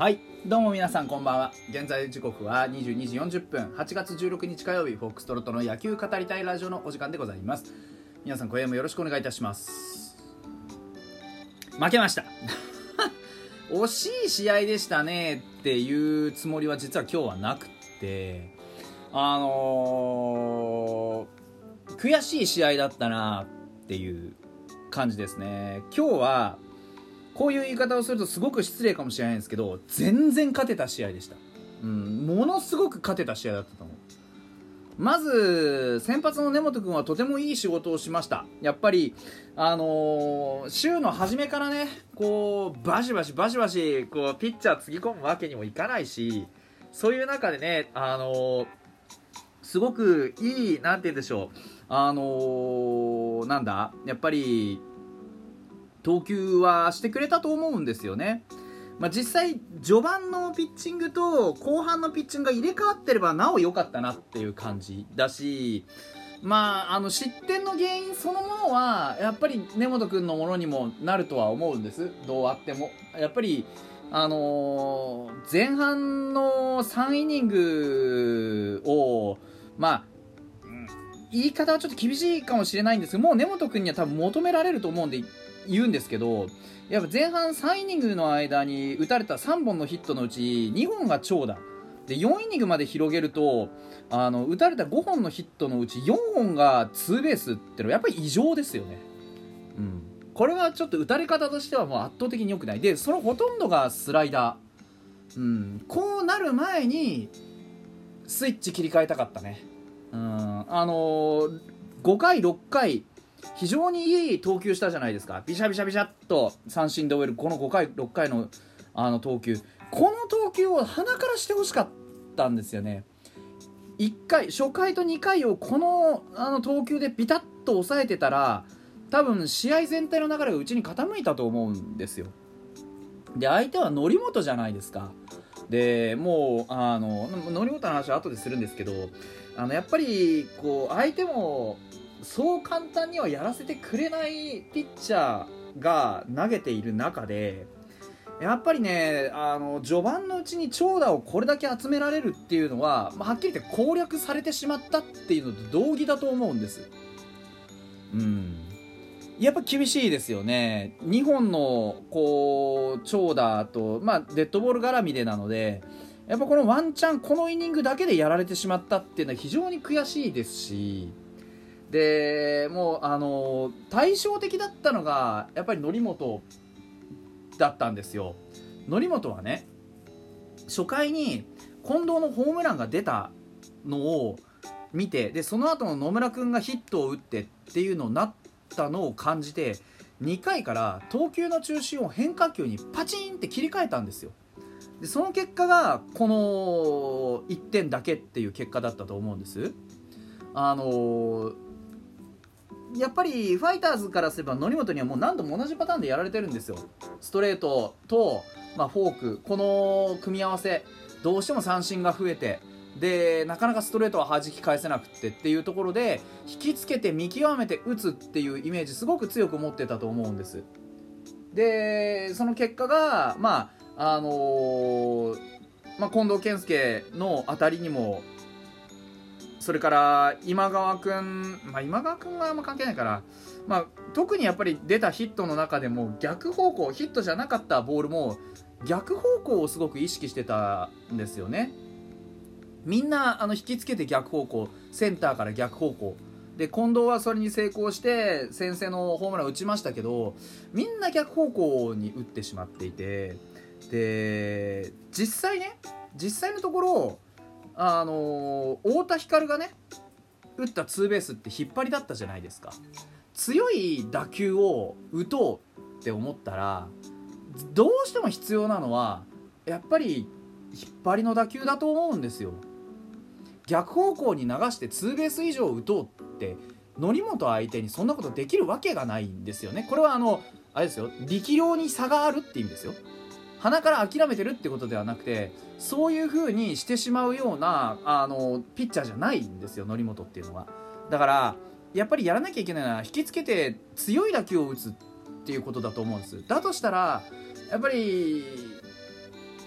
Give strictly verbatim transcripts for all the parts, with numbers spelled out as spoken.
はい、どうも皆さんこんばんは。現在時刻はにじゅうにじよんじゅっぷん、はちがつじゅうろくにち火曜日、フォックストロットの野球語りたいラジオのお時間でございます。皆さん今夜もよろしくお願いいたします。負けました惜しい試合でしたねっていうつもりは実は今日はなくて、あのー、悔しい試合だったなっていう感じですね。今日はこういう言い方をするとすごく失礼かもしれないんですけど、全然勝てた試合でした。うん、ものすごく勝てた試合だったと思う。まず先発の根本君はとてもいい仕事をしました。やっぱりあのー、週の初めからね、こうバシバシバシバシこうピッチャーつぎ込むわけにもいかないし、そういう中でね、あのー、すごくいい、なんて言うんでしょう、あのー、なんだやっぱり投球はしてくれたと思うんですよね。まあ、実際序盤のピッチングと後半のピッチングが入れ替わってればなお良かったなっていう感じだし、まあ、あの失点の原因そのものはやっぱり根本君のものにもなるとは思うんです。どうあってもやっぱりあのー、前半のさんイニングをまあ言い方はちょっと厳しいかもしれないんですけど、もう根本君には多分求められると思うんで言うんですけど、やっぱ前半さんイニングの間に打たれたさんぼんのヒットのうちにほんが長打で、よんイニングまで広げるとあの打たれたごほんのヒットのうちよんほんがツーベースってのはやっぱり異常ですよね。うん、これはちょっと打たれ方としてはもう圧倒的に良くない。でそのほとんどがスライダー、うん、こうなる前にスイッチ切り替えたかったね。うん、あのー、ごかいろっかい非常にいい投球したじゃないですか。ビシャビシャビシャっと三振で終えるこのごかいろっかいの、あの投球、この投球を鼻からしてほしかったんですよね。いっかい初回とにかいをこの、あの投球でビタッと抑えてたら多分試合全体の流れがうちに傾いたと思うんですよ。で相手は則本じゃないですか。でもうあの則本の話は後でするんですけど、あのやっぱりこう相手もそう簡単にはやらせてくれないピッチャーが投げている中で、やっぱりねあの序盤のうちに長打をこれだけ集められるっていうのは、まあ、はっきり言って攻略されてしまったっていうのと同義だと思うんです。うん、やっぱ厳しいですよね。にほんのこう長打と、まあ、デッドボール絡みでなので、やっぱこのワンチャンこのイニングだけでやられてしまったっていうのは非常に悔しいですし、でもうあの対照的だったのがやっぱり則本だったんですよ。則本はね、初回に近藤のホームランが出たのを見て、でその後の野村君がヒットを打ってっていうのになったのを感じて、にかいから投球の中心を変化球にパチンって切り替えたんですよ。でその結果がこのいってんだけっていう結果だったと思うんです。あのやっぱりファイターズからすれば則本にはもう何度も同じパターンでやられてるんですよ。ストレートと、まあ、フォーク、この組み合わせどうしても三振が増えて、でなかなかストレートは弾き返せなくてっていうところで引きつけて見極めて打つっていうイメージすごく強く持ってたと思うんです。でその結果がまああのーまあ、近藤健介の当たりにも、それから今川君、まあ、今川君はあんま関係ないから、まあ、特にやっぱり出たヒットの中でも逆方向、ヒットじゃなかったボールも逆方向をすごく意識してたんですよね。みんなあの引きつけて逆方向、センターから逆方向で、近藤はそれに成功して先制のホームランを打ちましたけど、みんな逆方向に打ってしまっていて、で実際ね実際のところあのー、太田光がね打ったツーベースって引っ張りだったじゃないですか。強い打球を打とうって思ったらどうしても必要なのはやっぱり引っ張りの打球だと思うんですよ。逆方向に流してツーベース以上打とうって則本相手にそんなことできるわけがないんですよね。これはあのあれですよ、力量に差があるって意味ですよ。鼻から諦めてるってことではなくて、そういう風にしてしまうようなあのピッチャーじゃないんですよ、則本っていうのは。だからやっぱりやらなきゃいけないのは引きつけて強い打球を打つっていうことだと思うんです。だとしたらやっぱり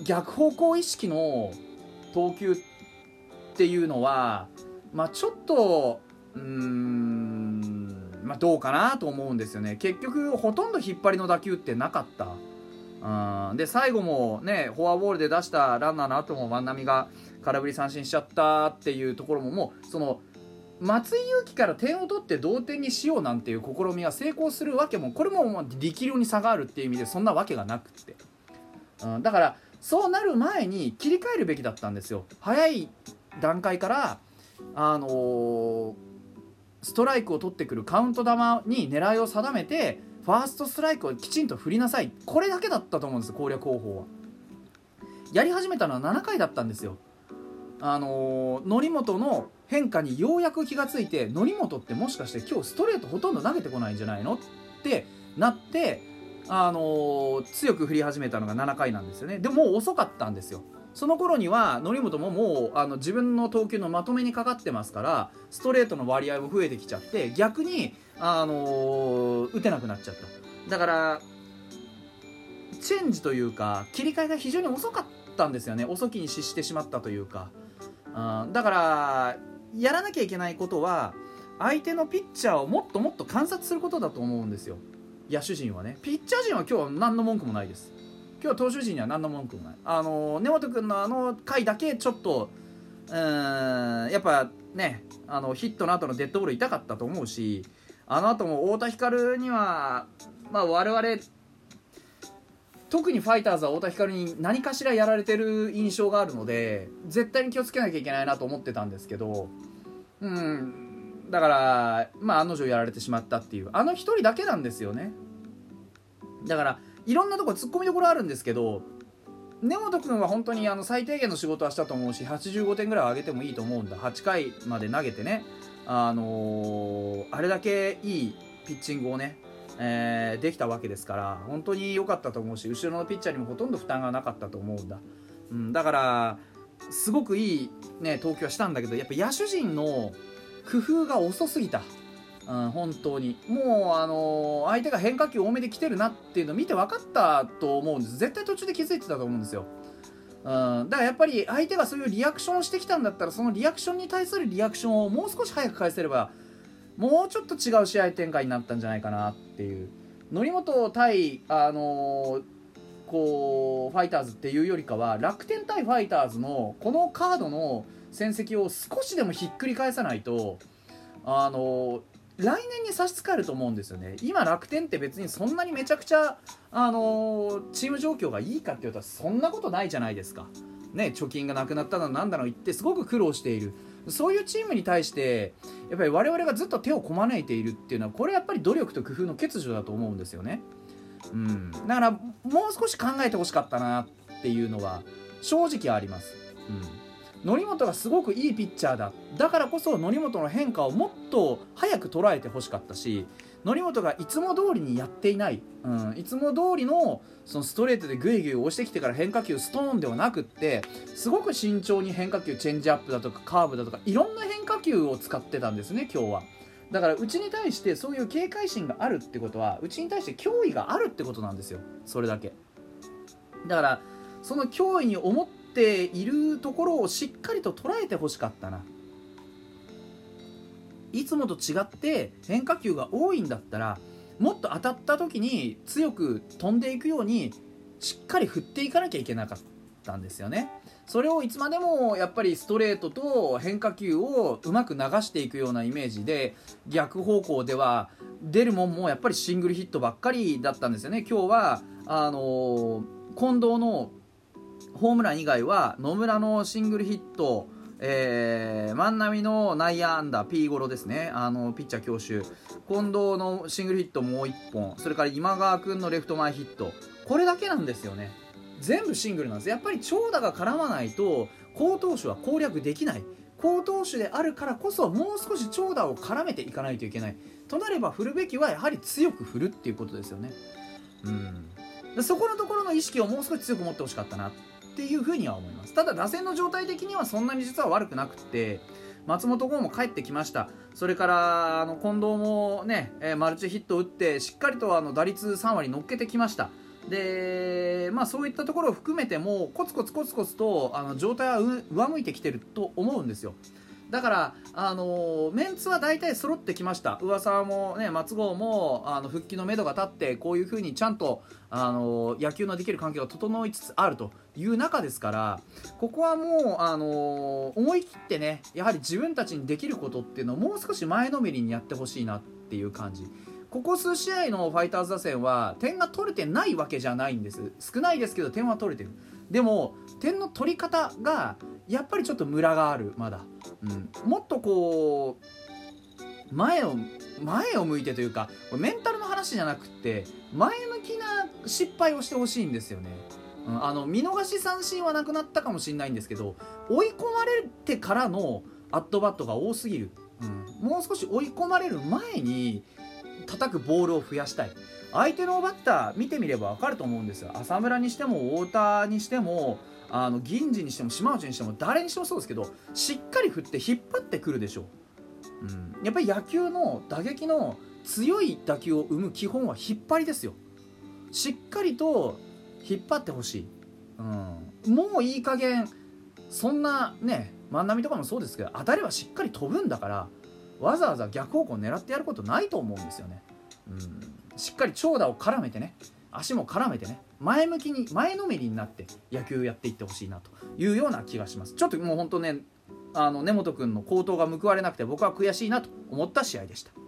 逆方向意識の投球っていうのは、まあ、ちょっとうーん、まあ、どうかなと思うんですよね。結局ほとんど引っ張りの打球ってなかった。うん、で最後もねフォアボールで出したランナーの後も万波が空振り三振しちゃったっていうところも、もうその松井裕樹から点を取って同点にしようなんていう試みが成功するわけも、これももう力量に差があるっていう意味でそんなわけがなくって、うん、だからそうなる前に切り替えるべきだったんですよ。早い段階からあのー、ストライクを取ってくるカウント球に狙いを定めてファーストストライクをきちんと振りなさい、これだけだったと思うんです。攻略方法はやり始めたのはななかいだったんですよ。あのー、則本の変化にようやく気がついて、則本ってもしかして今日ストレートほとんど投げてこないんじゃないのってなって、あのー、強く振り始めたのがななかいなんですよね。でももう遅かったんですよ。その頃には則本ももうあの自分の投球のまとめにかかってますから、ストレートの割合も増えてきちゃって、逆に、あのー、打てなくなっちゃった。だからチェンジというか切り替えが非常に遅かったんですよね。遅きに失してしまったというか、うん、だからやらなきゃいけないことは相手のピッチャーをもっともっと観察することだと思うんですよ。野手陣はね。ピッチャー陣は今日は何の文句もないです。今日は投手陣には何の文句もない。あの根本君のあの回だけちょっとうーんやっぱね、あのヒットの後のデッドボール痛かったと思うし、あの後も太田光にはまあ我々特にファイターズは太田光に何かしらやられてる印象があるので、絶対に気をつけなきゃいけないなと思ってたんですけど、うんだからまあ案の定やられてしまったっていう、あの一人だけなんですよね。だからいろんなところ突っ込みどころあるんですけど、根本君は本当にあの最低限の仕事はしたと思うし、はちじゅうごてんぐらいは上げてもいいと思うんだ。はちかいまで投げてね、あのー、あれだけいいピッチングをねえー、できたわけですから、本当に良かったと思うし、後ろのピッチャーにもほとんど負担がなかったと思うんだ、うん、だからすごくいい、ね、投球はしたんだけど、やっぱ野手陣の工夫が遅すぎた、うん、本当にもう、あのー、相手が変化球多めで来てるなっていうのを見て分かったと思うんです。絶対途中で気づいてたと思うんですよ、うん、だからやっぱり相手がそういうリアクションをしてきたんだったら、そのリアクションに対するリアクションをもう少し早く返せれば、もうちょっと違う試合展開になったんじゃないかなっていう。則本対、あのー、こうファイターズっていうよりかは、楽天対ファイターズのこのカードの戦績を少しでもひっくり返さないと、あのー、来年に差し支えると思うんですよね。今楽天って別にそんなにめちゃくちゃ、あのー、チーム状況がいいかっていうとそんなことないじゃないですか、ね、貯金がなくなったのなんだの言ってすごく苦労している、そういうチームに対してやっぱり我々がずっと手をこまねいているっていうのは、これやっぱり努力と工夫の欠如だと思うんですよね、うん、だからもう少し考えてほしかったなっていうのは正直あります、うん、則本がすごくいいピッチャーだ、だからこそ則本の変化をもっと早く捉えてほしかったし、則本がいつも通りにやっていない、うん、いつも通りのそのストレートでグイグイ押してきてから変化球ストーンではなくって、すごく慎重に変化球チェンジアップだとかカーブだとかいろんな変化球を使ってたんですね今日は。だからうちに対してそういう警戒心があるってことは、うちに対して脅威があるってことなんですよ、それだけ。だからその脅威に思っているところをしっかりと捉えてほしかったな。いつもと違って変化球が多いんだったら、もっと当たった時に強く飛んでいくようにしっかり振っていかなきゃいけなかったんですよね。それをいつまでもやっぱりストレートと変化球をうまく流していくようなイメージで、逆方向では出るもんもやっぱりシングルヒットばっかりだったんですよね。今日はあのー、近藤のホームラン以外は野村のシングルヒット、えー、万波の内野安打 P ゴロですね、あのピッチャー強襲、近藤のシングルヒットもういっぽん、それから今川君のレフト前ヒット、これだけなんですよね。全部シングルなんです。やっぱり長打が絡まないと好投手は攻略できない。好投手であるからこそもう少し長打を絡めていかないといけない。となれば振るべきはやはり強く振るっていうことですよね。うん、そこのところの意識をもう少し強く持ってほしかったなっていうふうには思います。ただ打線の状態的にはそんなに実は悪くなくて、松本剛も帰ってきました。それからあの近藤もね、えー、マルチヒットを打ってしっかりとあの打率さんわり乗っけてきました。 で、まあ、そういったところを含めてもコツコツコツコツとあの状態は上向いてきてると思うんですよ。だから、あのー、メンツは大体揃ってきました。噂も、ね、松郷もあの復帰のめどが立ってこういう風にちゃんと、あのー、野球のできる環境が整いつつあるという中ですから、ここはもう、あのー、思い切ってね、やはり自分たちにできることっていうのをもう少し前のめりにやってほしいなっていう感じ。ここ数試合のファイターズ打線は点が取れてないわけじゃないんです。少ないですけど点は取れてる。でも点の取り方がやっぱりちょっとムラがある。まだ、うん、もっとこう前を前を向いてというか、メンタルの話じゃなくって前向きな失敗をしてほしいんですよね。うん、あの見逃し三振はなくなったかもしれないんですけど、追い込まれてからのアットバットが多すぎる。うん、もう少し追い込まれる前に叩くボールを増やしたい。相手のバッター見てみれば分かると思うんですよ。浅村にしても太田にしてもあの銀次にしても島内にしても誰にしてもそうですけど、しっかり振って引っ張ってくるでしょう、うん、やっぱり野球の打撃の強い打球を生む基本は引っ張りですよ。しっかりと引っ張ってほしい、うん、もういい加減そんなね、万波とかもそうですけど当たりはしっかり飛ぶんだからわざわざ逆方向を狙ってやることないと思うんですよね、うん、しっかり長打を絡めてね、足も絡めてね、前向きに前のめりになって野球やっていってほしいなというような気がします。ちょっともう本当ね、あの根本くんの好投が報われなくて僕は悔しいなと思った試合でした。